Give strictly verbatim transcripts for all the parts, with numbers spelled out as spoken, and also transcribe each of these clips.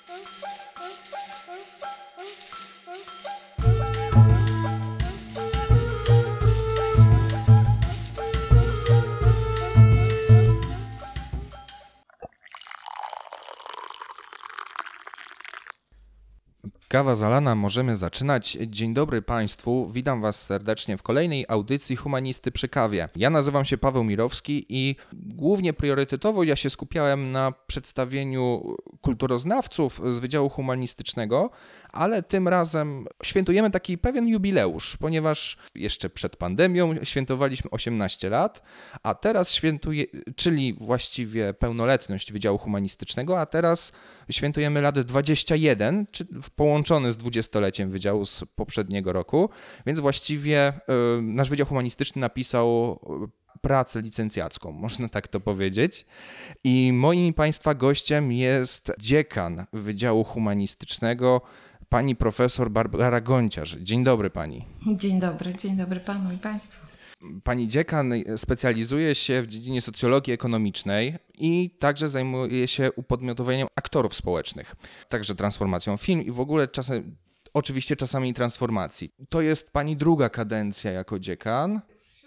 Kawa zalana, możemy zaczynać. Dzień dobry Państwu, witam Was serdecznie w kolejnej audycji Humanisty przy kawie. Ja nazywam się Paweł Mirowski i głównie priorytetowo ja się skupiałem na przedstawieniu kulturoznawców z Wydziału Humanistycznego, ale tym razem świętujemy taki pewien jubileusz, ponieważ jeszcze przed pandemią świętowaliśmy osiemnaście lat, a teraz świętuje, czyli właściwie pełnoletność Wydziału Humanistycznego, a teraz świętujemy lat dwadzieścia jeden, czy połączony z dwudziestoleciem Wydziału z poprzedniego roku, więc właściwie y, nasz Wydział Humanistyczny napisał pracę licencjacką, można tak to powiedzieć. I moim Państwa gościem jest dziekan Wydziału Humanistycznego, pani profesor Barbara Gonciarz. Dzień dobry pani. Dzień dobry, dzień dobry panu i państwu. Pani dziekan specjalizuje się w dziedzinie socjologii ekonomicznej i także zajmuje się upodmiotowaniem aktorów społecznych, także transformacją film i w ogóle czasem, oczywiście czasami transformacji. To jest pani druga kadencja jako dziekan.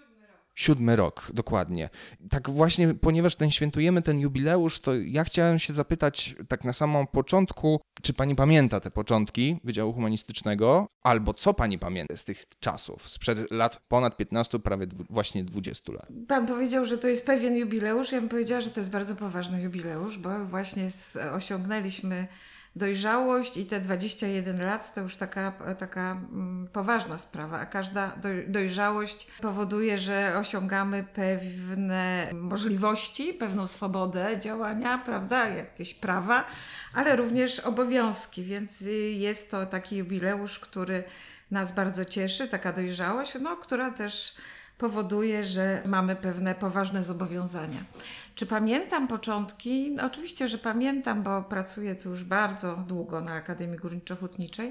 Siódmy rok, dokładnie. Tak właśnie, ponieważ ten świętujemy ten jubileusz, to ja chciałem się zapytać tak na samym początku, czy pani pamięta te początki Wydziału Humanistycznego, albo co pani pamięta z tych czasów, sprzed lat ponad piętnastu, prawie dwu, właśnie dwudziestu lat? Pan powiedział, że to jest pewien jubileusz, ja bym powiedziała, że to jest bardzo poważny jubileusz, bo właśnie z, osiągnęliśmy dojrzałość i te dwadzieścia jeden lat to już taka, taka mm, poważna sprawa, a każda doj, dojrzałość powoduje, że osiągamy pewne możliwości, pewną swobodę działania, prawda, jakieś prawa, ale również obowiązki, więc jest to taki jubileusz, który nas bardzo cieszy, taka dojrzałość, no, która też powoduje, że mamy pewne poważne zobowiązania. Czy pamiętam początki? No, oczywiście, że pamiętam, bo pracuję tu już bardzo długo na Akademii Górniczo-Hutniczej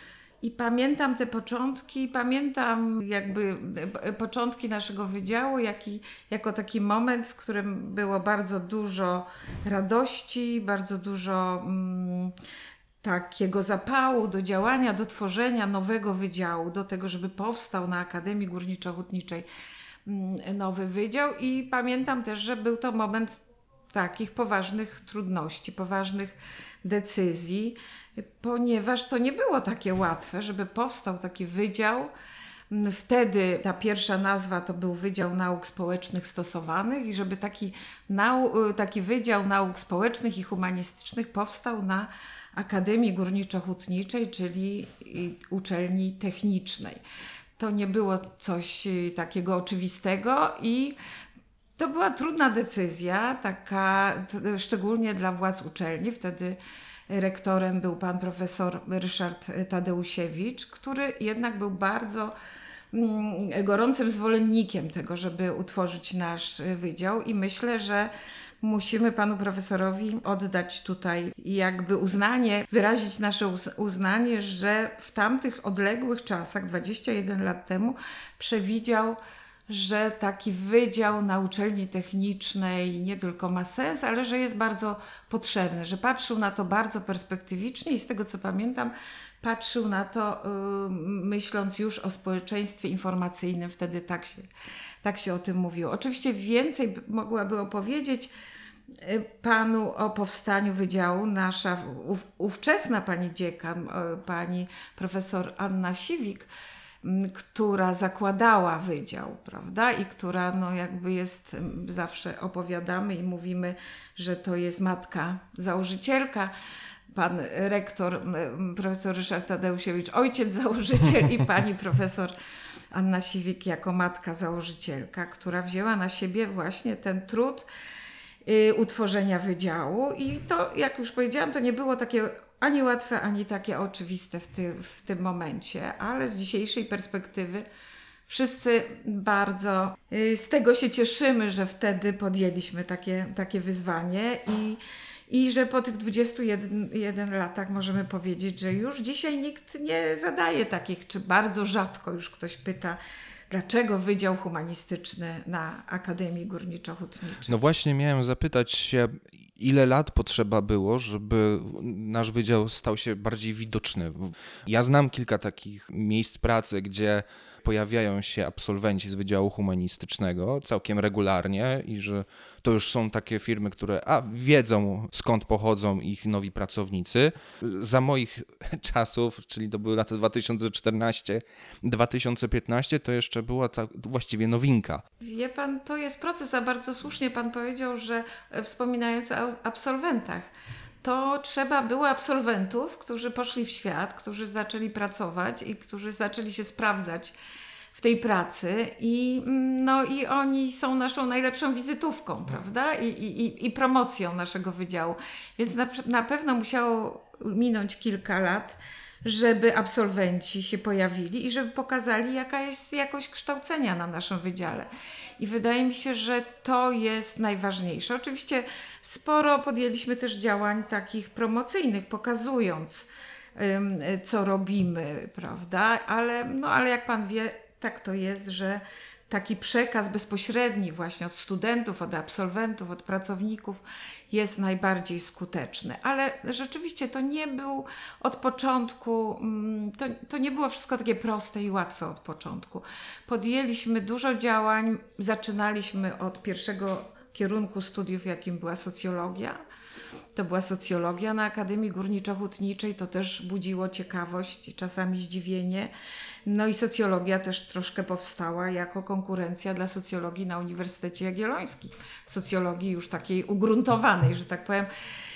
i pamiętam te początki, pamiętam jakby początki naszego wydziału, jak i, jako taki moment, w którym było bardzo dużo radości, bardzo dużo mm, takiego zapału do działania, do tworzenia nowego wydziału, do tego, żeby powstał na Akademii Górniczo-Hutniczej nowy wydział i pamiętam też, że był to moment takich poważnych trudności, poważnych decyzji, ponieważ to nie było takie łatwe, żeby powstał taki wydział. Wtedy ta pierwsza nazwa to był Wydział Nauk Społecznych Stosowanych i żeby taki, nau- taki Wydział Nauk Społecznych i Humanistycznych powstał na Akademii Górniczo-Hutniczej, czyli uczelni technicznej. To nie było coś takiego oczywistego i to była trudna decyzja, taka szczególnie dla władz uczelni. Wtedy rektorem był pan profesor Ryszard Tadeusiewicz, który jednak był bardzo mm, gorącym zwolennikiem tego, żeby utworzyć nasz wydział i myślę, że musimy panu profesorowi oddać tutaj jakby uznanie, wyrazić nasze uznanie, że w tamtych odległych czasach, dwadzieścia jeden lat temu, przewidział, że taki wydział na uczelni technicznej nie tylko ma sens, ale że jest bardzo potrzebny, że patrzył na to bardzo perspektywicznie i z tego co pamiętam, patrzył na to yy, myśląc już o społeczeństwie informacyjnym, wtedy tak się, tak się o tym mówiło. Oczywiście więcej mogłaby opowiedzieć yy, panu o powstaniu wydziału nasza ów, ówczesna pani dziekan, yy, pani profesor Anna Siwik, która zakładała wydział, prawda, i która no jakby jest, zawsze opowiadamy i mówimy, że to jest matka założycielka, pan rektor, profesor Ryszard Tadeusiewicz, ojciec założyciel i pani profesor Anna Siwik jako matka założycielka, która wzięła na siebie właśnie ten trud y, utworzenia wydziału i to, jak już powiedziałam, to nie było takie ani łatwe, ani takie oczywiste w, ty, w tym momencie, ale z dzisiejszej perspektywy wszyscy bardzo y, z tego się cieszymy, że wtedy podjęliśmy takie, takie wyzwanie i, i że po tych dwudziestu jeden latach możemy powiedzieć, że już dzisiaj nikt nie zadaje takich, czy bardzo rzadko już ktoś pyta, dlaczego Wydział Humanistyczny na Akademii Górniczo-Hutniczej. No właśnie miałem zapytać się, Ile lat potrzeba było, żeby nasz wydział stał się bardziej widoczny? Ja znam kilka takich miejsc pracy, gdzie pojawiają się absolwenci z Wydziału Humanistycznego całkiem regularnie i że to już są takie firmy, które a, wiedzą, skąd pochodzą ich nowi pracownicy. Za moich czasów, czyli to były lata dwa tysiące czternaście dwa tysiące piętnaście, to jeszcze była ta właściwie nowinka. Wie pan, to jest proces, a bardzo słusznie pan powiedział, że wspominając o absolwentach, to trzeba było absolwentów, którzy poszli w świat, którzy zaczęli pracować i którzy zaczęli się sprawdzać w tej pracy i, no, i oni są naszą najlepszą wizytówką, prawda? I, i, i promocją naszego wydziału. Więc na, na pewno musiało minąć kilka lat, żeby absolwenci się pojawili i żeby pokazali, jaka jest jakość kształcenia na naszym wydziale. I wydaje mi się, że to jest najważniejsze. Oczywiście sporo podjęliśmy też działań takich promocyjnych, pokazując, ym, co robimy, prawda? Ale, no, ale jak pan wie, tak to jest, że taki przekaz bezpośredni właśnie od studentów, od absolwentów, od pracowników jest najbardziej skuteczny. Ale rzeczywiście to nie był od początku, to, to nie było wszystko takie proste i łatwe od początku. Podjęliśmy dużo działań, zaczynaliśmy od pierwszego kierunku studiów, jakim była socjologia. To była socjologia na Akademii Górniczo-Hutniczej, to też budziło ciekawość i czasami zdziwienie. No i socjologia też troszkę powstała jako konkurencja dla socjologii na Uniwersytecie Jagiellońskim. Socjologii już takiej ugruntowanej, że tak powiem,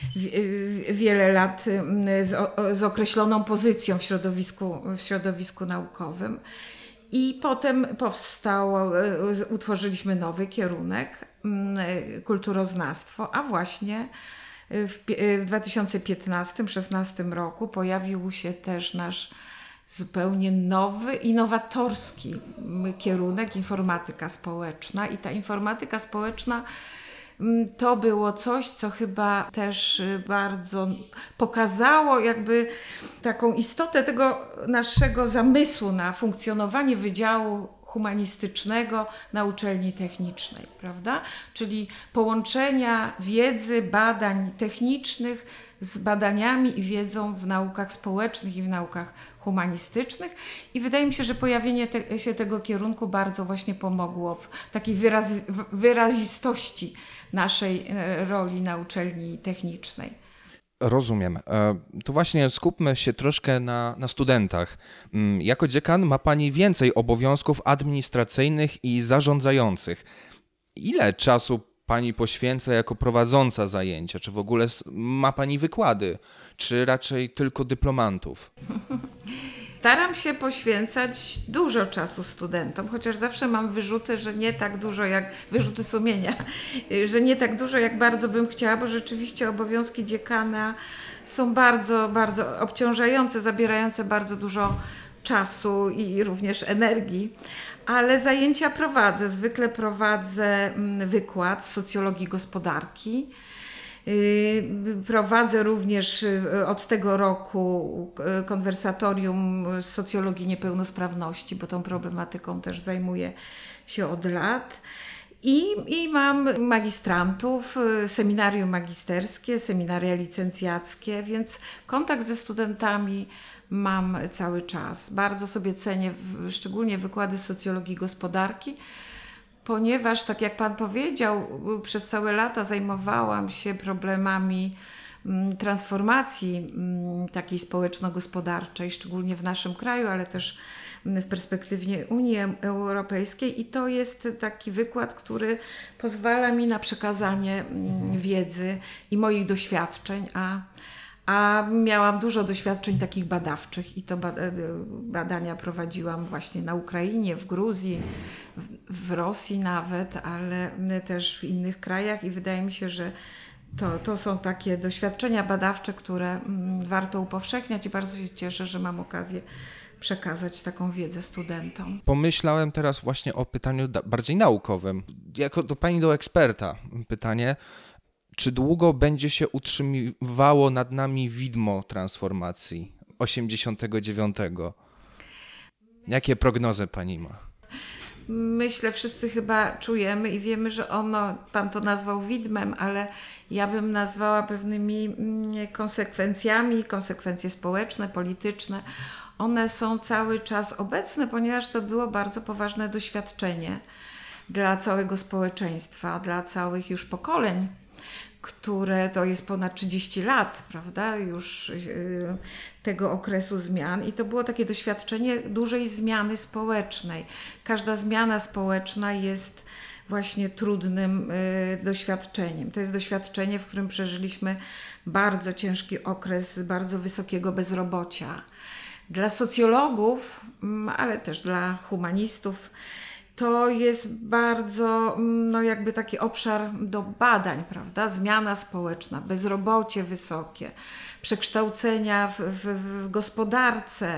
wiele lat z, z określoną pozycją w środowisku, w środowisku naukowym. I potem powstało, utworzyliśmy nowy kierunek, kulturoznawstwo, a właśnie w, w dwa tysiące piętnastym szesnastym roku pojawił się też nasz zupełnie nowy, innowatorski kierunek informatyka społeczna i ta informatyka społeczna to było coś, co chyba też bardzo pokazało jakby taką istotę tego naszego zamysłu na funkcjonowanie Wydziału Humanistycznego na uczelni technicznej, prawda? Czyli połączenia wiedzy, badań technicznych z badaniami i wiedzą w naukach społecznych i w naukach humanistycznych i wydaje mi się, że pojawienie te, się tego kierunku bardzo właśnie pomogło w takiej wyraz, wyrazistości naszej roli na uczelni technicznej. Rozumiem. To właśnie skupmy się troszkę na, na studentach. Jako dziekan ma Pani więcej obowiązków administracyjnych i zarządzających. Ile czasu Pani poświęca jako prowadząca zajęcia? Czy w ogóle ma Pani wykłady? Czy raczej tylko dyplomantów? Staram się poświęcać dużo czasu studentom, chociaż zawsze mam wyrzuty, że nie tak dużo jak, wyrzuty sumienia, że nie tak dużo jak bardzo bym chciała, bo rzeczywiście obowiązki dziekana są bardzo, bardzo obciążające, zabierające bardzo dużo czasu i również energii, ale zajęcia prowadzę. Zwykle prowadzę wykład z socjologii gospodarki. Prowadzę również od tego roku konwersatorium z socjologii niepełnosprawności, bo tą problematyką też zajmuję się od lat. I, i mam magistrantów, seminarium magisterskie, seminaria licencjackie, więc kontakt ze studentami mam cały czas. Bardzo sobie cenię szczególnie wykłady socjologii gospodarki, ponieważ, tak jak Pan powiedział, przez całe lata zajmowałam się problemami transformacji takiej społeczno-gospodarczej, szczególnie w naszym kraju, ale też w perspektywie Unii Europejskiej i to jest taki wykład, który pozwala mi na przekazanie wiedzy i moich doświadczeń, a A miałam dużo doświadczeń takich badawczych i to badania prowadziłam właśnie na Ukrainie, w Gruzji, w, w Rosji nawet, ale też w innych krajach i wydaje mi się, że to, to są takie doświadczenia badawcze, które warto upowszechniać i bardzo się cieszę, że mam okazję przekazać taką wiedzę studentom. Pomyślałem teraz właśnie o pytaniu bardziej naukowym. Jako do Pani do eksperta pytanie. Czy długo będzie się utrzymywało nad nami widmo transformacji osiemdziesiątego dziewiątego? Jakie prognozy Pani ma? myślę, wszyscy chyba czujemy i wiemy, że ono, pan to nazwał widmem, ale ja bym nazwała pewnymi konsekwencjami, konsekwencje społeczne, polityczne. One są cały czas obecne, ponieważ to było bardzo poważne doświadczenie dla całego społeczeństwa, dla całych już pokoleń, które to jest ponad trzydzieści lat, prawda, już yy, tego okresu zmian i to było takie doświadczenie dużej zmiany społecznej. Każda zmiana społeczna jest właśnie trudnym y, doświadczeniem. To jest doświadczenie, w którym przeżyliśmy bardzo ciężki okres bardzo wysokiego bezrobocia. Dla socjologów, ale też dla humanistów, to jest bardzo, no jakby taki obszar do badań, prawda? Zmiana społeczna, bezrobocie wysokie, przekształcenia w, w, w gospodarce,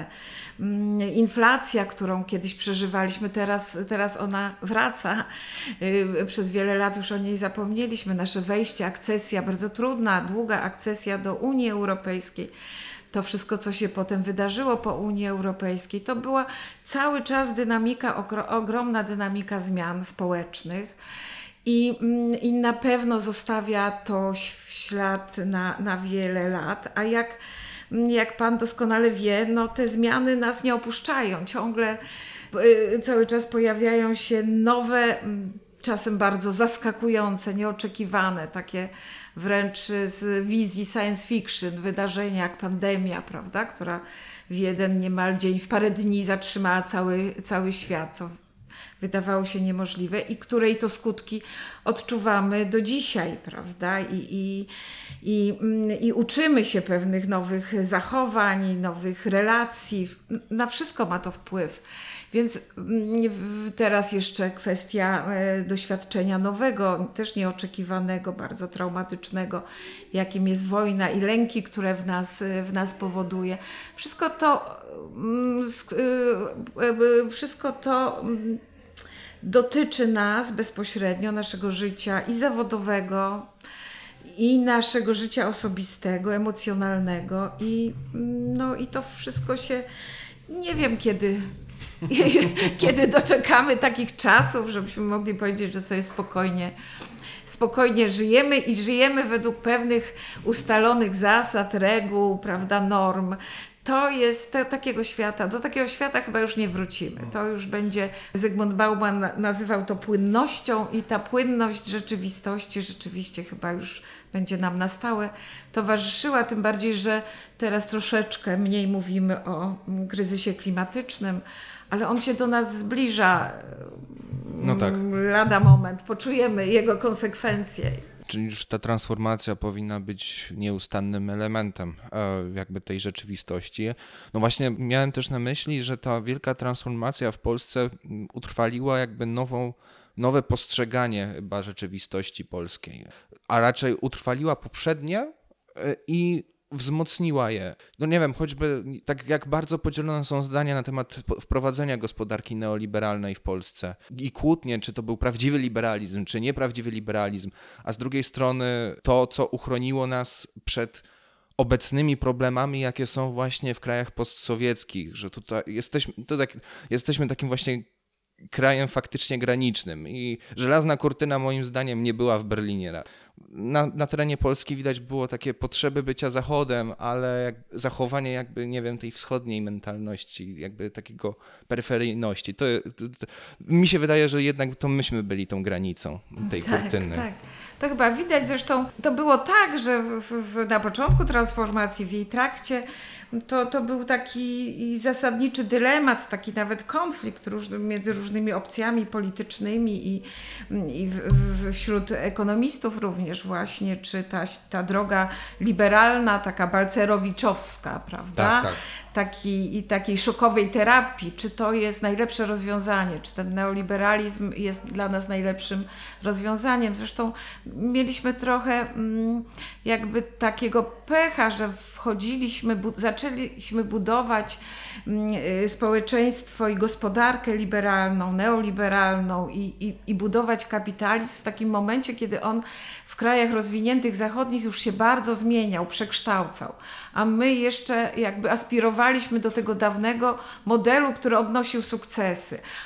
inflacja, którą kiedyś przeżywaliśmy, teraz, teraz ona wraca. Przez wiele lat już o niej zapomnieliśmy. Nasze wejście, akcesja, bardzo trudna, długa akcesja do Unii Europejskiej. To wszystko, co się potem wydarzyło po Unii Europejskiej, to była cały czas dynamika, ogromna dynamika zmian społecznych i, i na pewno zostawia to ślad na, na wiele lat. A jak, jak pan doskonale wie, no te zmiany nas nie opuszczają. Ciągle y, cały czas pojawiają się nowe, czasem bardzo zaskakujące, nieoczekiwane, takie wręcz z wizji science fiction, wydarzenia jak pandemia, prawda, która w jeden niemal dzień, w parę dni zatrzymała cały, cały świat, co wydawało się niemożliwe i której to skutki odczuwamy do dzisiaj, prawda, i, i, i, i uczymy się pewnych nowych zachowań, nowych relacji, na wszystko ma to wpływ. Więc teraz jeszcze kwestia doświadczenia nowego, też nieoczekiwanego, bardzo traumatycznego, jakim jest wojna i lęki, które w nas, w nas powoduje. Wszystko to, wszystko to dotyczy nas bezpośrednio, naszego życia i zawodowego, i naszego życia osobistego, emocjonalnego i, no, i to wszystko się, nie wiem kiedy, kiedy doczekamy takich czasów, żebyśmy mogli powiedzieć, że sobie spokojnie, spokojnie żyjemy i żyjemy według pewnych ustalonych zasad, reguł, prawda, norm. To jest to, takiego świata, do takiego świata chyba już nie wrócimy. To już będzie, Zygmunt Bauman nazywał to płynnością i ta płynność rzeczywistości rzeczywiście chyba już będzie nam na stałe towarzyszyła, tym bardziej, że teraz troszeczkę mniej mówimy o kryzysie klimatycznym, ale on się do nas zbliża. No tak. Lada moment, poczujemy jego konsekwencje. Czyli już ta transformacja powinna być nieustannym elementem jakby tej rzeczywistości. No właśnie miałem też na myśli, że ta wielka transformacja w Polsce utrwaliła jakby nową, nowe postrzeganie chyba rzeczywistości polskiej, a raczej utrwaliła poprzednie i wzmocniła je. No nie wiem, choćby tak jak bardzo podzielone są zdania na temat wprowadzenia gospodarki neoliberalnej w Polsce i kłótnie, czy to był prawdziwy liberalizm, czy nieprawdziwy liberalizm, a z drugiej strony to, co uchroniło nas przed obecnymi problemami, jakie są właśnie w krajach postsowieckich, że tutaj jesteśmy, to tak, jesteśmy takim właśnie krajem faktycznie granicznym i żelazna kurtyna moim zdaniem nie była w Berlinie. Na, na terenie Polski widać było takie potrzeby bycia Zachodem, ale jak, zachowanie jakby, nie wiem, tej wschodniej mentalności, jakby takiego peryferyjności. To, to, to, mi się wydaje, że jednak to myśmy byli tą granicą tej tak, kurtyny. Tak, to chyba widać. Zresztą to było tak, że w, w, na początku transformacji, w jej trakcie, to, to był taki zasadniczy dylemat, taki nawet konflikt róż, między różnymi opcjami politycznymi i, i w, w, wśród ekonomistów również właśnie, czy ta, ta droga liberalna, taka balcerowiczowska, prawda? Tak, tak. Taki, i takiej szokowej terapii, czy to jest najlepsze rozwiązanie, czy ten neoliberalizm jest dla nas najlepszym rozwiązaniem. Zresztą mieliśmy trochę mm, jakby takiego pecha, że wchodziliśmy, bu- zaczęliśmy budować mm, społeczeństwo i gospodarkę liberalną, neoliberalną i, i, i budować kapitalizm w takim momencie, kiedy on w krajach rozwiniętych zachodnich już się bardzo zmieniał, przekształcał, a my jeszcze jakby aspirowaliśmy do tego dawnego modelu, który odnosił sukcesy. A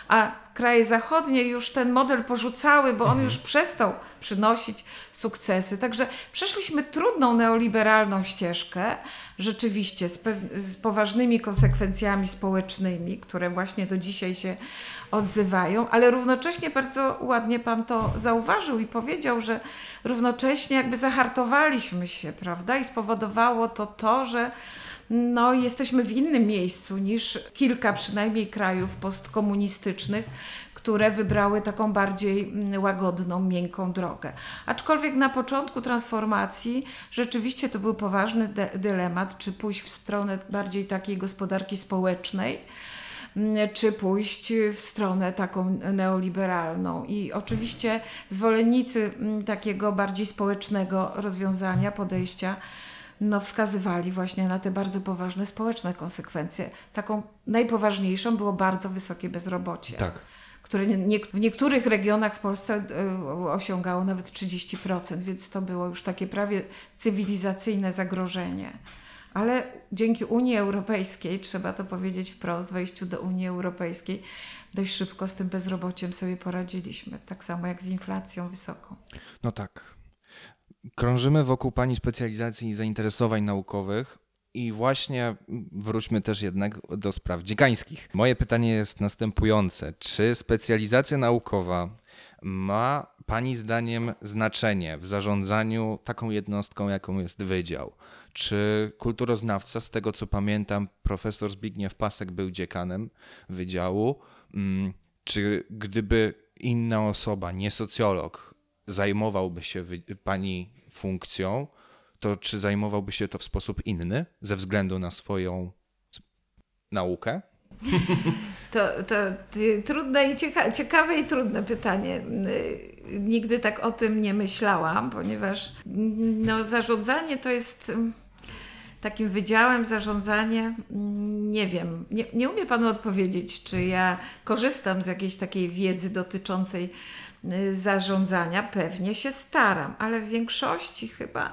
kraje zachodnie już ten model porzucały, bo on mhm. już przestał przynosić sukcesy. Także przeszliśmy trudną neoliberalną ścieżkę, rzeczywiście z, pew- z poważnymi konsekwencjami społecznymi, które właśnie do dzisiaj się odzywają, ale równocześnie bardzo ładnie pan to zauważył i powiedział, że równocześnie jakby zahartowaliśmy się, prawda? I spowodowało to to, że no, jesteśmy w innym miejscu niż kilka przynajmniej krajów postkomunistycznych, które wybrały taką bardziej łagodną, miękką drogę. Aczkolwiek na początku transformacji rzeczywiście to był poważny de- dylemat, czy pójść w stronę bardziej takiej gospodarki społecznej, czy pójść w stronę taką neoliberalną. I oczywiście zwolennicy takiego bardziej społecznego rozwiązania, podejścia, no wskazywali właśnie na te bardzo poważne społeczne konsekwencje. Taką najpoważniejszą było bardzo wysokie bezrobocie, tak. które nie, w niektórych regionach w Polsce osiągało nawet trzydzieści procent, więc to było już takie prawie cywilizacyjne zagrożenie. Ale dzięki Unii Europejskiej, trzeba to powiedzieć wprost, wejściu do Unii Europejskiej, dość szybko z tym bezrobociem sobie poradziliśmy. Tak samo jak z inflacją wysoką. No tak. Krążymy wokół pani specjalizacji i zainteresowań naukowych i właśnie wróćmy też jednak do spraw dziekańskich. Moje pytanie jest następujące. Czy specjalizacja naukowa ma pani zdaniem znaczenie w zarządzaniu taką jednostką, jaką jest wydział? Czy kulturoznawca, z tego co pamiętam, profesor Zbigniew Pasek był dziekanem wydziału, czy gdyby inna osoba, nie socjolog, zajmowałby się wy- pani funkcją, to czy zajmowałby się to w sposób inny ze względu na swoją naukę? To, to trudne i cieka- ciekawe i trudne pytanie. Nigdy tak o tym nie myślałam, ponieważ no, zarządzanie to jest takim wydziałem, zarządzanie, nie wiem, nie, nie umie panu odpowiedzieć, czy ja korzystam z jakiejś takiej wiedzy dotyczącej zarządzania. Pewnie się staram, ale w większości chyba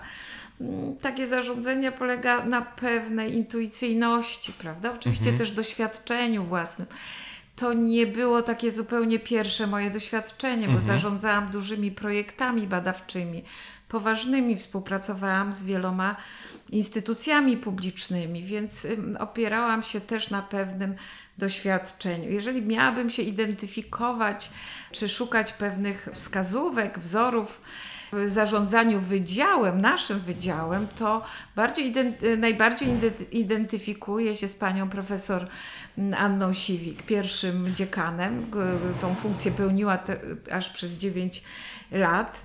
takie zarządzanie polega na pewnej intuicyjności, prawda? Oczywiście mhm. też doświadczeniu własnym. To nie było takie zupełnie pierwsze moje doświadczenie, bo mhm. zarządzałam dużymi projektami badawczymi, poważnymi, współpracowałam z wieloma instytucjami publicznymi, więc opierałam się też na pewnym doświadczeniu. Jeżeli miałabym się identyfikować, czy szukać pewnych wskazówek, wzorów w zarządzaniu wydziałem, naszym wydziałem, to bardziej, najbardziej identyfikuję się z panią profesor Anną Siwik, pierwszym dziekanem. Tą funkcję pełniła te, aż przez dziewięć lat.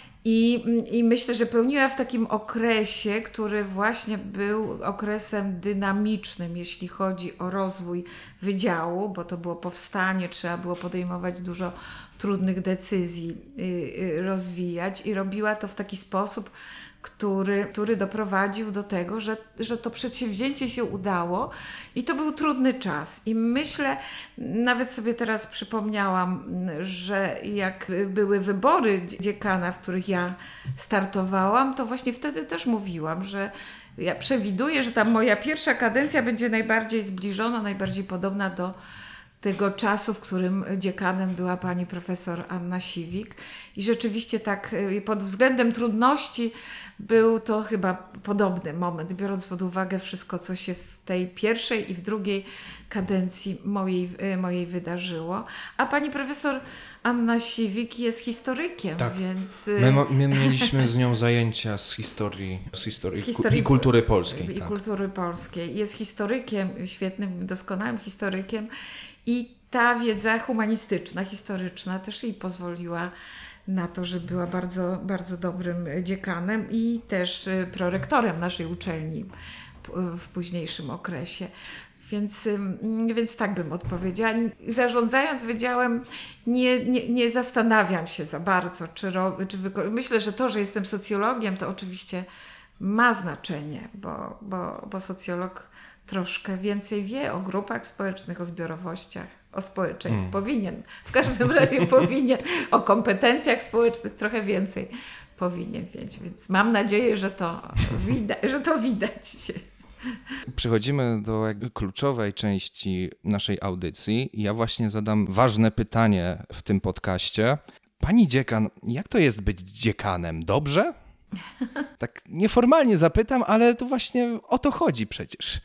I, I myślę, że pełniła w takim okresie, który właśnie był okresem dynamicznym, jeśli chodzi o rozwój wydziału, bo to było powstanie, trzeba było podejmować dużo trudnych decyzji, yy, rozwijać i robiła to w taki sposób, który, który doprowadził do tego, że, że to przedsięwzięcie się udało i to był trudny czas. I myślę, nawet sobie teraz przypomniałam, że jak były wybory dziekana, w których ja startowałam, to właśnie wtedy też mówiłam, że ja przewiduję, że ta moja pierwsza kadencja będzie najbardziej zbliżona, najbardziej podobna do tego czasu, w którym dziekanem była pani profesor Anna Siwik. I rzeczywiście tak pod względem trudności był to chyba podobny moment, biorąc pod uwagę wszystko, co się w tej pierwszej i w drugiej kadencji mojej, mojej wydarzyło. A pani profesor Anna Siwik jest historykiem, tak. więc... My, my mieliśmy z nią zajęcia z historii, z historii, z historii i kultury polskiej. I tak. kultury polskiej. Jest historykiem, świetnym, doskonałym historykiem i ta wiedza humanistyczna, historyczna też jej pozwoliła na to, że była bardzo, bardzo dobrym dziekanem i też prorektorem naszej uczelni w późniejszym okresie. Więc, więc tak bym odpowiedziała. Zarządzając wydziałem nie, nie, nie zastanawiam się za bardzo, czy, ro, czy wyko- myślę, że to, że jestem socjologiem, to oczywiście ma znaczenie, bo, bo, bo socjolog troszkę więcej wie o grupach społecznych, o zbiorowościach, o społeczeństwie. Hmm. Powinien. W każdym razie powinien. O kompetencjach społecznych trochę więcej powinien wiedzieć. Więc mam nadzieję, że to widać, że to widać się. Przechodzimy do jakby kluczowej części naszej audycji. Ja właśnie zadam ważne pytanie w tym podcaście. Pani dziekan, jak to jest być dziekanem? Dobrze? Tak nieformalnie zapytam, ale to właśnie o to chodzi przecież.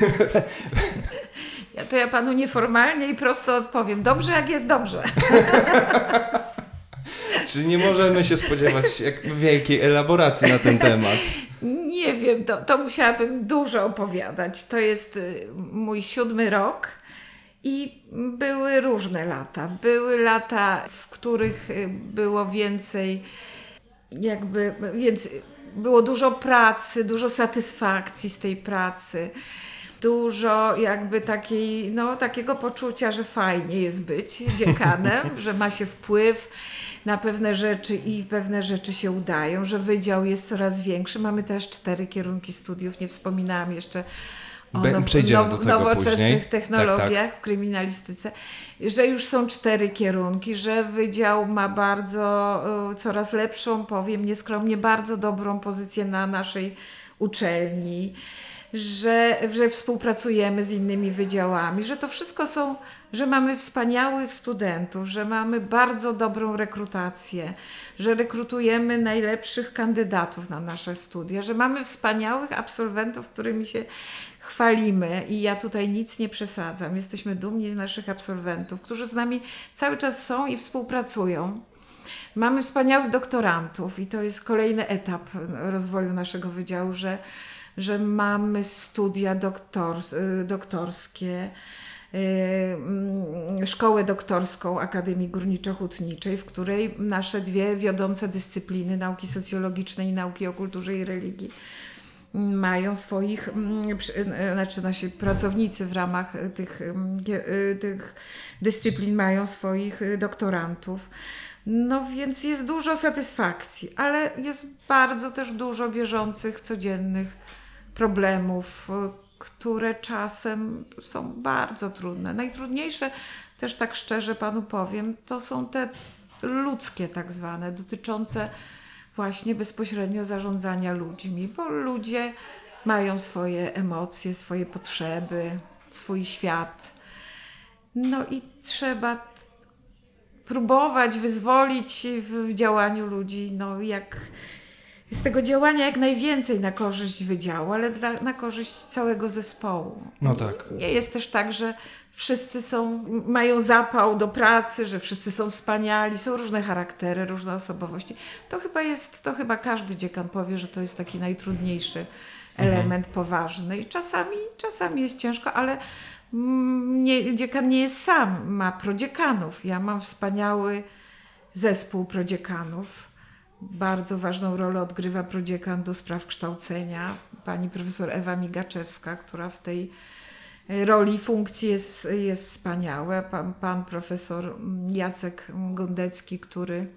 Ja to ja panu nieformalnie i prosto odpowiem. Dobrze, jak jest dobrze. Czyli nie możemy się spodziewać jakby wielkiej elaboracji na ten temat. Nie wiem, to, to musiałabym dużo opowiadać. To jest y, mój siódmy rok i były różne lata. Były lata, w których y, było więcej, jakby, więc było dużo pracy, dużo satysfakcji z tej pracy. Dużo jakby takiej, no, takiego poczucia, że fajnie jest być dziekanem, że ma się wpływ na pewne rzeczy i pewne rzeczy się udają, że wydział jest coraz większy. Mamy też cztery kierunki studiów, nie wspominałam jeszcze o Be- now, przejdziemy now, do tego nowoczesnych później. technologiach Tak, tak. w kryminalistyce, że już są cztery kierunki, że wydział ma bardzo, y, coraz lepszą, powiem nieskromnie, bardzo dobrą pozycję na naszej uczelni, że, że współpracujemy z innymi wydziałami, że to wszystko są, że mamy wspaniałych studentów, że mamy bardzo dobrą rekrutację, że rekrutujemy najlepszych kandydatów na nasze studia, że mamy wspaniałych absolwentów, którymi się chwalimy i ja tutaj nic nie przesadzam. Jesteśmy dumni z naszych absolwentów, którzy z nami cały czas są i współpracują. Mamy wspaniałych doktorantów i to jest kolejny etap rozwoju naszego wydziału, że że mamy studia doktors, doktorskie, yy, szkołę doktorską Akademii Górniczo-Hutniczej, w której nasze dwie wiodące dyscypliny, nauki socjologiczne i nauki o kulturze i religii, mają swoich, znaczy nasi pracownicy w ramach tych, tych dyscyplin mają swoich doktorantów. No więc jest dużo satysfakcji, ale jest bardzo też dużo bieżących, codziennych problemów, które czasem są bardzo trudne. Najtrudniejsze, też tak szczerze panu powiem, to są te ludzkie tak zwane, dotyczące właśnie bezpośrednio zarządzania ludźmi, bo ludzie mają swoje emocje, swoje potrzeby, swój świat. No i trzeba próbować wyzwolić w, w działaniu ludzi, no jak z tego działania jak najwięcej na korzyść wydziału, ale dla, na korzyść całego zespołu. No tak. Nie jest też tak, że wszyscy są, mają zapał do pracy, że wszyscy są wspaniali, są różne charaktery, różne osobowości. To chyba jest, to chyba każdy dziekan powie, że to jest taki najtrudniejszy element mhm. poważny i czasami, czasami jest ciężko, ale nie, dziekan nie jest sam, ma prodziekanów. Ja mam wspaniały zespół prodziekanów. Bardzo ważną rolę odgrywa prodziekan do spraw kształcenia, pani profesor Ewa Migaczewska, która w tej roli i funkcji jest, jest wspaniała. Pan, pan profesor Jacek Gondecki, który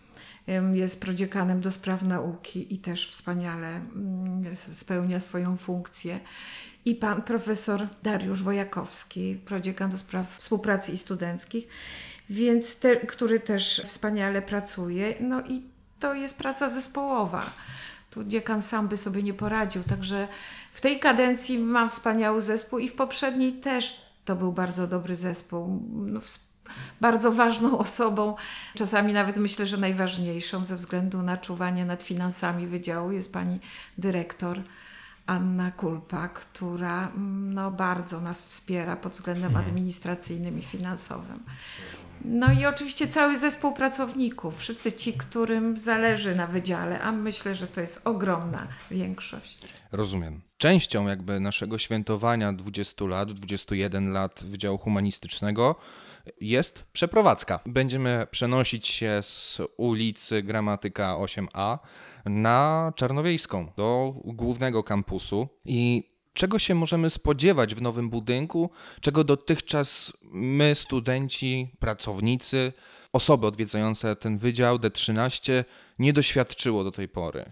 jest prodziekanem do spraw nauki i też wspaniale spełnia swoją funkcję. I pan profesor Dariusz Wojakowski, prodziekan do spraw współpracy i studenckich, więc te, który też wspaniale pracuje. No i to jest praca zespołowa. Tu dziekan sam by sobie nie poradził, także w tej kadencji mam wspaniały zespół i w poprzedniej też to był bardzo dobry zespół. No, bardzo ważną osobą, czasami nawet myślę, że najważniejszą ze względu na czuwanie nad finansami wydziału jest pani dyrektor Anna Kulpa, która no, bardzo nas wspiera pod względem administracyjnym i finansowym. No i oczywiście cały zespół pracowników, wszyscy ci, którym zależy na wydziale, a myślę, że to jest ogromna większość. Rozumiem. Częścią jakby naszego świętowania dwudziestu lat, dwudziestu jeden lat Wydziału Humanistycznego jest przeprowadzka. Będziemy przenosić się z ulicy Gramatyka osiem A na Czarnowiejską, do głównego kampusu. I czego się możemy spodziewać w nowym budynku, czego dotychczas my, studenci, pracownicy, osoby odwiedzające ten wydział D trzynaście nie doświadczyło do tej pory?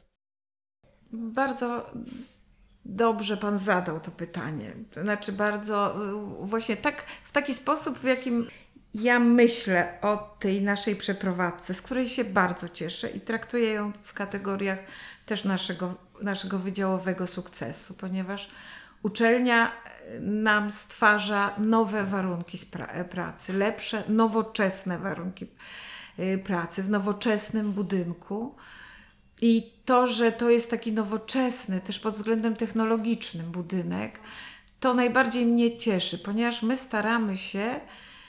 Bardzo dobrze pan zadał to pytanie. To znaczy bardzo właśnie tak, w taki sposób, w jakim ja myślę o tej naszej przeprowadzce, z której się bardzo cieszę i traktuję ją w kategoriach też naszego, naszego wydziałowego sukcesu, ponieważ uczelnia nam stwarza nowe warunki pracy, lepsze, nowoczesne warunki pracy w nowoczesnym budynku. I to, że to jest taki nowoczesny, też pod względem technologicznym budynek, to najbardziej mnie cieszy, ponieważ my staramy się,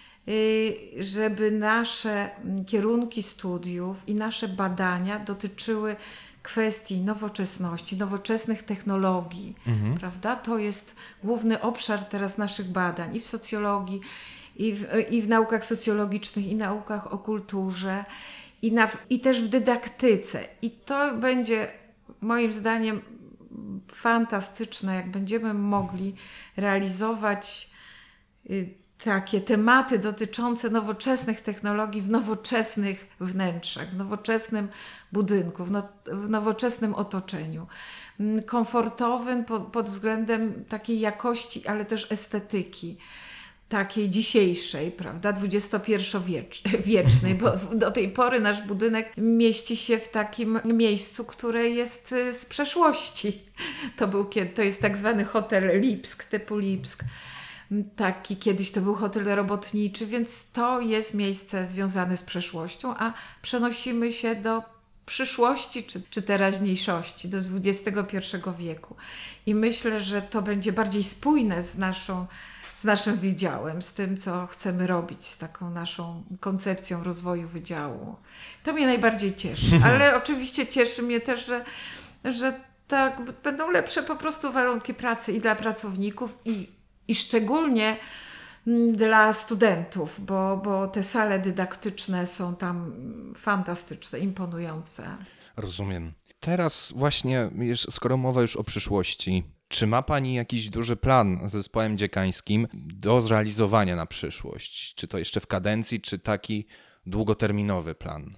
żeby nasze kierunki studiów i nasze badania dotyczyły kwestii nowoczesności, nowoczesnych technologii, mhm. prawda? To jest główny obszar teraz naszych badań i w socjologii, i w, i w naukach socjologicznych, i naukach o kulturze, i, na, i też w dydaktyce. I to będzie moim zdaniem fantastyczne, jak będziemy mogli realizować y, takie tematy dotyczące nowoczesnych technologii w nowoczesnych wnętrzach, w nowoczesnym budynku, w, no, w nowoczesnym otoczeniu. Komfortowym pod, pod względem takiej jakości, ale też estetyki. Takiej dzisiejszej, prawda, dwudziestopierwowiecznej, bo do tej pory nasz budynek mieści się w takim miejscu, które jest z przeszłości. To był, to jest tak zwany hotel Lipsk, typu Lipsk. Taki kiedyś to był hotel robotniczy, więc to jest miejsce związane z przeszłością, a przenosimy się do przyszłości czy, czy teraźniejszości, do dwudziestego pierwszego wieku. I myślę, że to będzie bardziej spójne z naszą z naszym wydziałem, z tym, co chcemy robić, z taką naszą koncepcją rozwoju wydziału. To mnie najbardziej cieszy, ale oczywiście cieszy mnie też, że, że tak będą lepsze po prostu warunki pracy i dla pracowników i, i szczególnie dla studentów, bo, bo te sale dydaktyczne są tam fantastyczne, imponujące. Rozumiem. Teraz właśnie, skoro mowa już o przyszłości, czy ma Pani jakiś duży plan z zespołem dziekańskim do zrealizowania na przyszłość? Czy to jeszcze w kadencji, czy taki długoterminowy plan?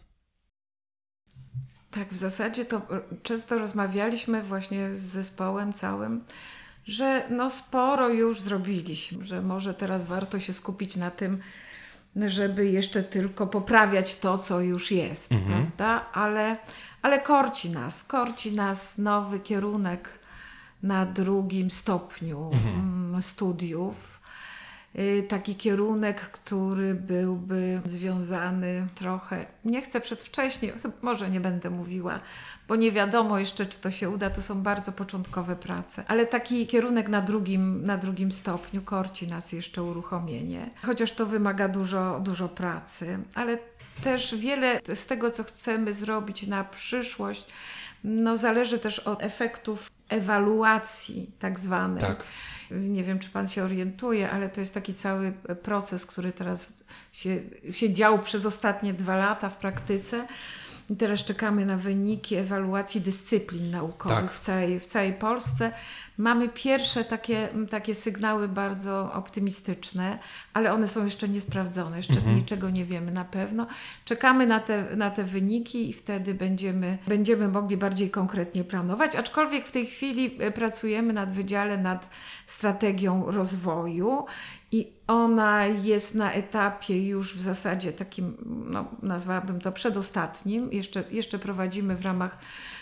Tak, w zasadzie to często rozmawialiśmy właśnie z zespołem całym, że no sporo już zrobiliśmy, że może teraz warto się skupić na tym, żeby jeszcze tylko poprawiać to, co już jest, mhm. prawda? Ale, ale korci nas, korci nas nowy kierunek na drugim stopniu mhm. studiów. Taki kierunek, który byłby związany trochę, nie chcę przedwcześnie, może nie będę mówiła, bo nie wiadomo jeszcze, czy to się uda, to są bardzo początkowe prace, ale taki kierunek na drugim, na drugim stopniu korci nas jeszcze uruchomienie, chociaż to wymaga dużo, dużo pracy, ale też wiele z tego, co chcemy zrobić na przyszłość, no zależy też od efektów ewaluacji tak zwanej. Tak. Nie wiem, czy Pan się orientuje, ale to jest taki cały proces, który teraz się, się dział przez ostatnie dwa lata w praktyce. I teraz czekamy na wyniki ewaluacji dyscyplin naukowych tak. w, całej, w całej Polsce. Mamy pierwsze takie, takie sygnały bardzo optymistyczne, ale one są jeszcze niesprawdzone, jeszcze mhm. niczego nie wiemy na pewno. Czekamy na te, na te wyniki i wtedy będziemy, będziemy mogli bardziej konkretnie planować, aczkolwiek w tej chwili pracujemy nad wydziale nad strategią rozwoju i ona jest na etapie już w zasadzie takim, no, nazwałabym to przedostatnim. Jeszcze, jeszcze prowadzimy w ramach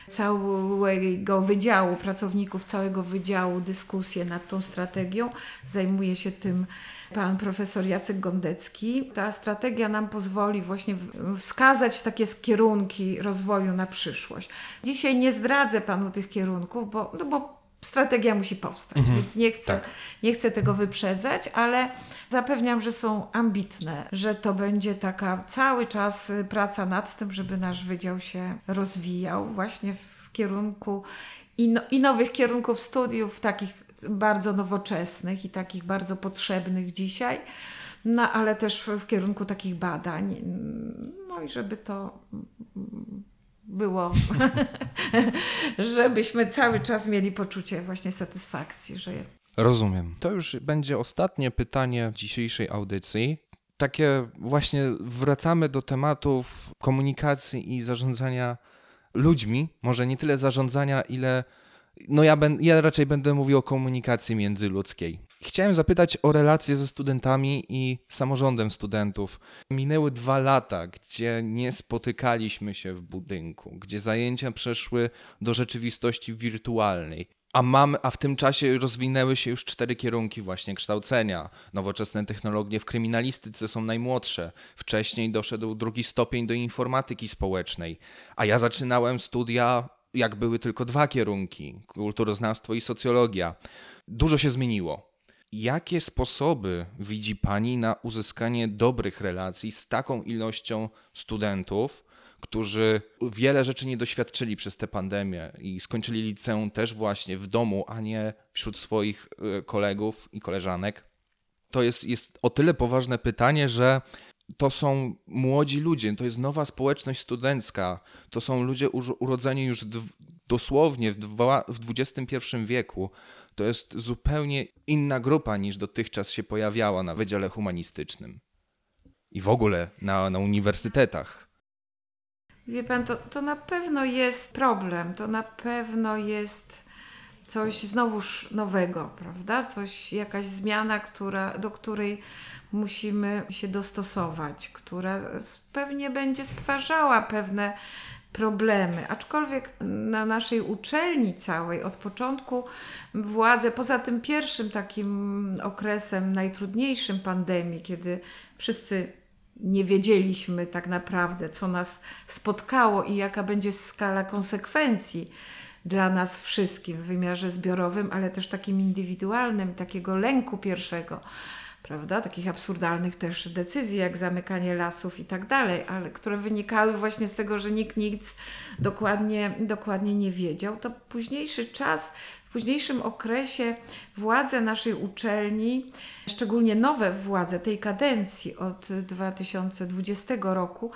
całego wydziału, pracowników całego wydziału dyskusję nad tą strategią. Zajmuje się tym pan profesor Jacek Gondecki. Ta strategia nam pozwoli właśnie wskazać takie kierunki rozwoju na przyszłość. Dzisiaj nie zdradzę panu tych kierunków, bo, no bo strategia musi powstać, mhm, więc nie chcę, tak. nie chcę tego wyprzedzać, ale zapewniam, że są ambitne, że to będzie taka cały czas praca nad tym, żeby nasz wydział się rozwijał właśnie w kierunku i, no, i nowych kierunków studiów, takich bardzo nowoczesnych i takich bardzo potrzebnych dzisiaj, no ale też w, w kierunku takich badań, no i żeby to było, żebyśmy cały czas mieli poczucie właśnie satysfakcji, że... Rozumiem. To już będzie ostatnie pytanie dzisiejszej audycji. Takie właśnie wracamy do tematów komunikacji i zarządzania ludźmi. Może nie tyle zarządzania, ile... No ja, ben, ja raczej będę mówił o komunikacji międzyludzkiej. Chciałem zapytać o relacje ze studentami i samorządem studentów. Minęły dwa lata, gdzie nie spotykaliśmy się w budynku, gdzie zajęcia przeszły do rzeczywistości wirtualnej. A mamy, a w tym czasie rozwinęły się już cztery kierunki właśnie kształcenia. Nowoczesne technologie w kryminalistyce są najmłodsze. Wcześniej doszedł drugi stopień do informatyki społecznej. A ja zaczynałem studia, jak były tylko dwa kierunki, kulturoznawstwo i socjologia. Dużo się zmieniło. Jakie sposoby widzi Pani na uzyskanie dobrych relacji z taką ilością studentów, którzy wiele rzeczy nie doświadczyli przez tę pandemię i skończyli liceum też właśnie w domu, a nie wśród swoich kolegów i koleżanek? To jest, jest o tyle poważne pytanie, że to są młodzi ludzie, to jest nowa społeczność studencka, to są ludzie urodzeni już d- dosłownie w, dwa, w dwudziestym pierwszym wieku. To jest zupełnie inna grupa niż dotychczas się pojawiała na Wydziale Humanistycznym i w ogóle na, na uniwersytetach. Wie pan, to, to na pewno jest problem, to na pewno jest coś znowuż nowego, prawda? Coś, jakaś zmiana, która, do której musimy się dostosować, która pewnie będzie stwarzała pewne problemy. Aczkolwiek na naszej uczelni całej od początku władze, poza tym pierwszym takim okresem najtrudniejszym pandemii, kiedy wszyscy nie wiedzieliśmy tak naprawdę, co nas spotkało i jaka będzie skala konsekwencji dla nas wszystkim w wymiarze zbiorowym, ale też takim indywidualnym, takiego lęku pierwszego, prawda? Takich absurdalnych też decyzji, jak zamykanie lasów i tak dalej, ale które wynikały właśnie z tego, że nikt nic dokładnie, dokładnie nie wiedział. To późniejszy czas, w późniejszym okresie władze naszej uczelni, szczególnie nowe władze tej kadencji od dwa tysiące dwudziestego roku,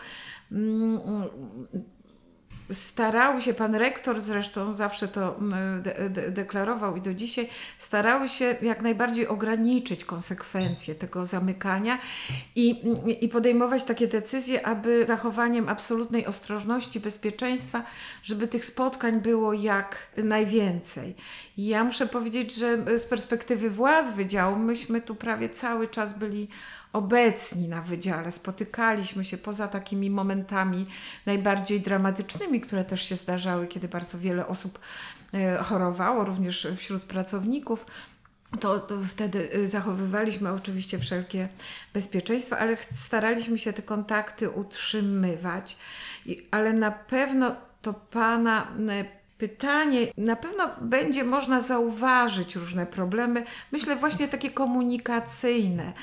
starały się, pan rektor zresztą zawsze to de- de- deklarował i do dzisiaj, starały się jak najbardziej ograniczyć konsekwencje tego zamykania i, i podejmować takie decyzje, aby zachowaniem absolutnej ostrożności, bezpieczeństwa, żeby tych spotkań było jak najwięcej. I ja muszę powiedzieć, że z perspektywy władz wydziału, myśmy tu prawie cały czas byli obecni na wydziale, spotykaliśmy się poza takimi momentami najbardziej dramatycznymi, które też się zdarzały, kiedy bardzo wiele osób chorowało, również wśród pracowników. To, to wtedy zachowywaliśmy oczywiście wszelkie bezpieczeństwa, ale staraliśmy się te kontakty utrzymywać. I, ale na pewno to Pana pytanie, na pewno będzie można zauważyć różne problemy, myślę właśnie takie komunikacyjne,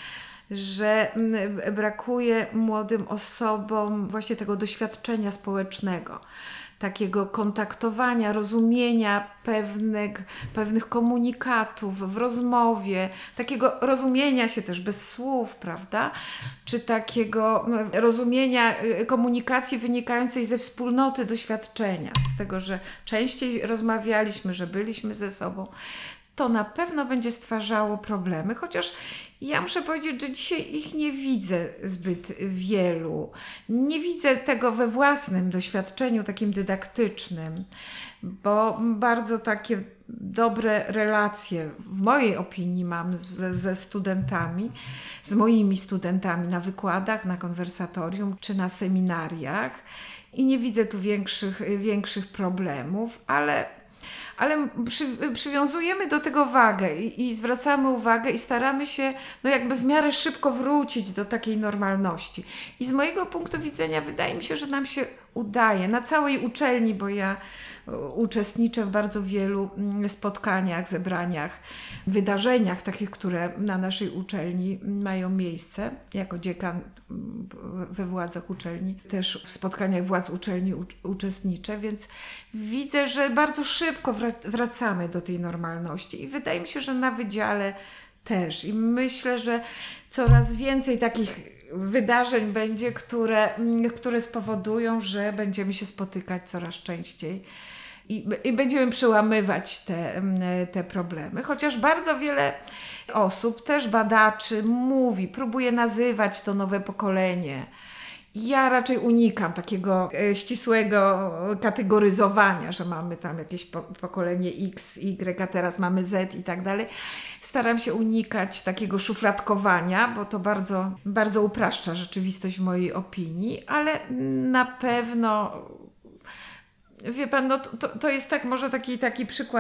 że brakuje młodym osobom właśnie tego doświadczenia społecznego, takiego kontaktowania, rozumienia pewnych, pewnych komunikatów w rozmowie, takiego rozumienia się też bez słów, prawda? Czy takiego rozumienia komunikacji wynikającej ze wspólnoty doświadczenia, z tego, że częściej rozmawialiśmy, że byliśmy ze sobą. To na pewno będzie stwarzało problemy, chociaż ja muszę powiedzieć, że dzisiaj ich nie widzę zbyt wielu. Nie widzę tego we własnym doświadczeniu takim dydaktycznym, bo bardzo takie dobre relacje w mojej opinii mam z, ze studentami, z moimi studentami na wykładach, na konwersatorium czy na seminariach i nie widzę tu większych, większych problemów, ale Ale przy, przywiązujemy do tego wagę i, i zwracamy uwagę i staramy się no jakby w miarę szybko wrócić do takiej normalności. I z mojego punktu widzenia wydaje mi się, że nam się udaje na całej uczelni, bo ja uczestniczę w bardzo wielu spotkaniach, zebraniach, wydarzeniach takich, które na naszej uczelni mają miejsce. Jako dziekan we władzach uczelni, też w spotkaniach władz uczelni u- uczestniczę, więc widzę, że bardzo szybko wracamy do tej normalności i wydaje mi się, że na wydziale też. I myślę, że coraz więcej takich wydarzeń będzie, które, które spowodują, że będziemy się spotykać coraz częściej i, i będziemy przełamywać te, te problemy. Chociaż bardzo wiele osób, też badaczy, mówi, próbuje nazywać to nowe pokolenie. Ja raczej unikam takiego ścisłego kategoryzowania, że mamy tam jakieś pokolenie X, Y, a teraz mamy Z i tak dalej. Staram się unikać takiego szufladkowania, bo to bardzo, bardzo upraszcza rzeczywistość w mojej opinii, ale na pewno, wie pan, no to, to jest tak, może taki, taki przykład.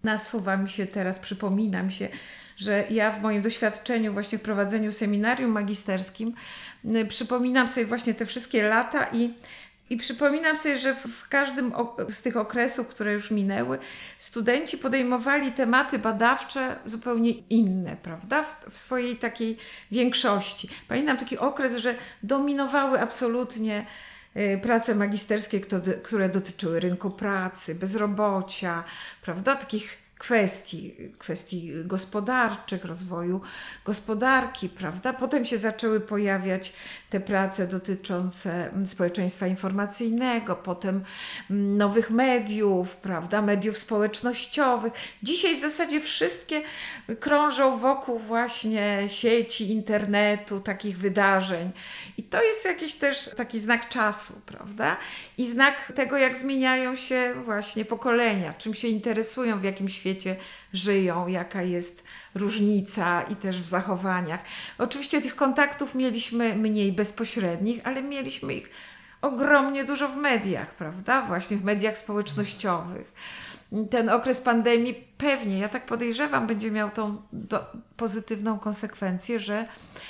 Nasuwa mi się teraz, przypomina mi się, że ja w moim doświadczeniu właśnie w prowadzeniu seminarium magisterskim y, przypominam sobie właśnie te wszystkie lata i I przypominam sobie, że w każdym z tych okresów, które już minęły, studenci podejmowali tematy badawcze zupełnie inne, prawda? W, w swojej takiej większości. Pamiętam taki okres, że dominowały absolutnie y, prace magisterskie, które dotyczyły rynku pracy, bezrobocia, prawda? Takich kwestii, kwestii gospodarczych, rozwoju gospodarki, prawda? Potem się zaczęły pojawiać te prace dotyczące społeczeństwa informacyjnego, potem nowych mediów, prawda? Mediów społecznościowych. Dzisiaj w zasadzie wszystkie krążą wokół właśnie sieci, internetu, takich wydarzeń. I to jest jakiś też taki znak czasu, prawda? I znak tego, jak zmieniają się właśnie pokolenia, czym się interesują, w jakim świecie żyją, jaka jest różnica i też w zachowaniach. Oczywiście tych kontaktów mieliśmy mniej bezpośrednich, ale mieliśmy ich ogromnie dużo w mediach, prawda? Właśnie w mediach społecznościowych. Ten okres pandemii pewnie, ja tak podejrzewam, będzie miał tą do, pozytywną konsekwencję, że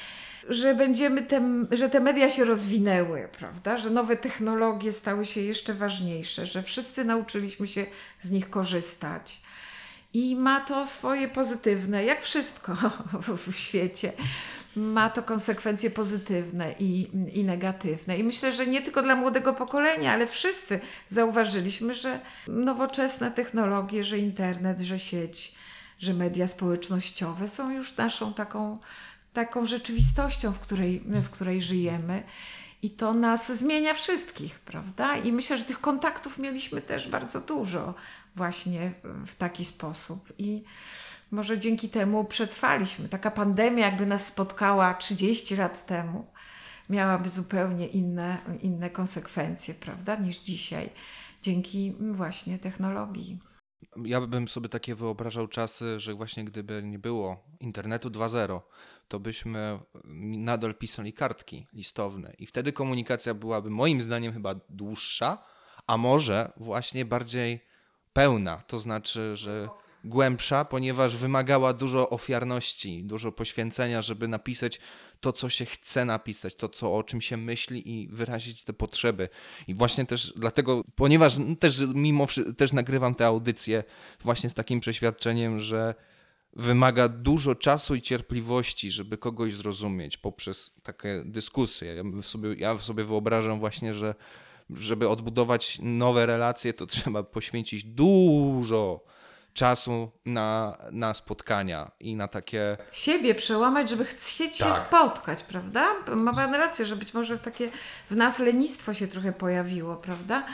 że będziemy te, że te media się rozwinęły, prawda? Że nowe technologie stały się jeszcze ważniejsze, że wszyscy nauczyliśmy się z nich korzystać. I ma to swoje pozytywne, jak wszystko w, w świecie, ma to konsekwencje pozytywne i, i negatywne. I myślę, że nie tylko dla młodego pokolenia, ale wszyscy zauważyliśmy, że nowoczesne technologie, że internet, że sieć, że media społecznościowe są już naszą taką, taką rzeczywistością, w której, w której żyjemy. I to nas zmienia wszystkich, prawda? I myślę, że tych kontaktów mieliśmy też bardzo dużo właśnie w taki sposób. I może dzięki temu przetrwaliśmy. Taka pandemia, jakby nas spotkała trzydzieści lat temu, miałaby zupełnie inne, inne konsekwencje, prawda, niż dzisiaj. Dzięki właśnie technologii. Ja bym sobie takie wyobrażał czasy, że właśnie gdyby nie było internetu dwa zero, to byśmy nadal pisali kartki listowne i wtedy komunikacja byłaby moim zdaniem chyba dłuższa, a może właśnie bardziej pełna, to znaczy, że głębsza, ponieważ wymagała dużo ofiarności, dużo poświęcenia, żeby napisać to, co się chce napisać, to, co, o czym się myśli i wyrazić te potrzeby. I właśnie też dlatego, ponieważ też mimo też nagrywam te audycje właśnie z takim przeświadczeniem, że wymaga dużo czasu i cierpliwości, żeby kogoś zrozumieć poprzez takie dyskusje. Ja sobie, ja sobie wyobrażam właśnie, że żeby odbudować nowe relacje, to trzeba poświęcić dużo czasu na, na spotkania i na takie... Siebie przełamać, żeby chcieć tak. się spotkać, prawda? Ma pan rację, że być może w takie w nas lenistwo się trochę pojawiło, prawda?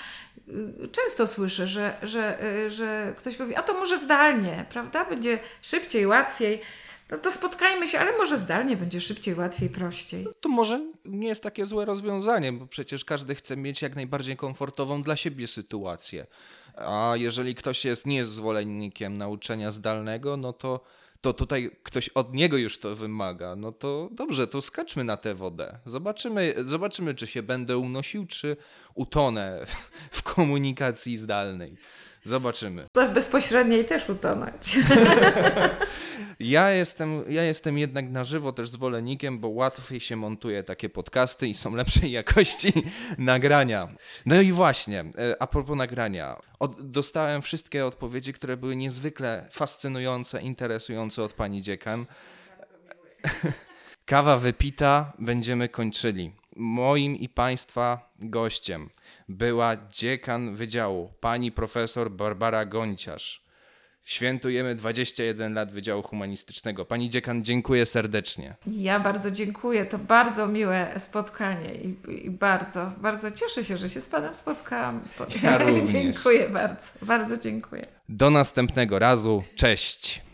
Często słyszę, że, że, że ktoś mówi, a to może zdalnie, prawda? Będzie szybciej, łatwiej. No to spotkajmy się, ale może zdalnie będzie szybciej, łatwiej, prościej. To może nie jest takie złe rozwiązanie, bo przecież każdy chce mieć jak najbardziej komfortową dla siebie sytuację. A jeżeli ktoś jest nie jest zwolennikiem nauczania zdalnego, no to, to tutaj ktoś od niego już to wymaga. No to dobrze, to skaczmy na tę wodę. Zobaczymy, zobaczymy, czy się będę unosił, czy utonę w komunikacji zdalnej. Zobaczymy. To w bezpośredniej też utonąć. Ja jestem, ja jestem jednak na żywo też zwolennikiem, bo łatwiej się montuje takie podcasty i są lepszej jakości nagrania. No i właśnie, a propos nagrania. Od, dostałem wszystkie odpowiedzi, które były niezwykle fascynujące, interesujące od pani dziekan. Kawa wypita, będziemy kończyli. Moim i państwa gościem była dziekan wydziału, pani profesor Barbara Gonciarz. Świętujemy dwadzieścia jeden lat Wydziału Humanistycznego. Pani dziekan, dziękuję serdecznie. Ja bardzo dziękuję. To bardzo miłe spotkanie i, i bardzo, bardzo cieszę się, że się z panem spotkałam. Ja również. Dziękuję bardzo. Bardzo dziękuję. Do następnego razu. Cześć.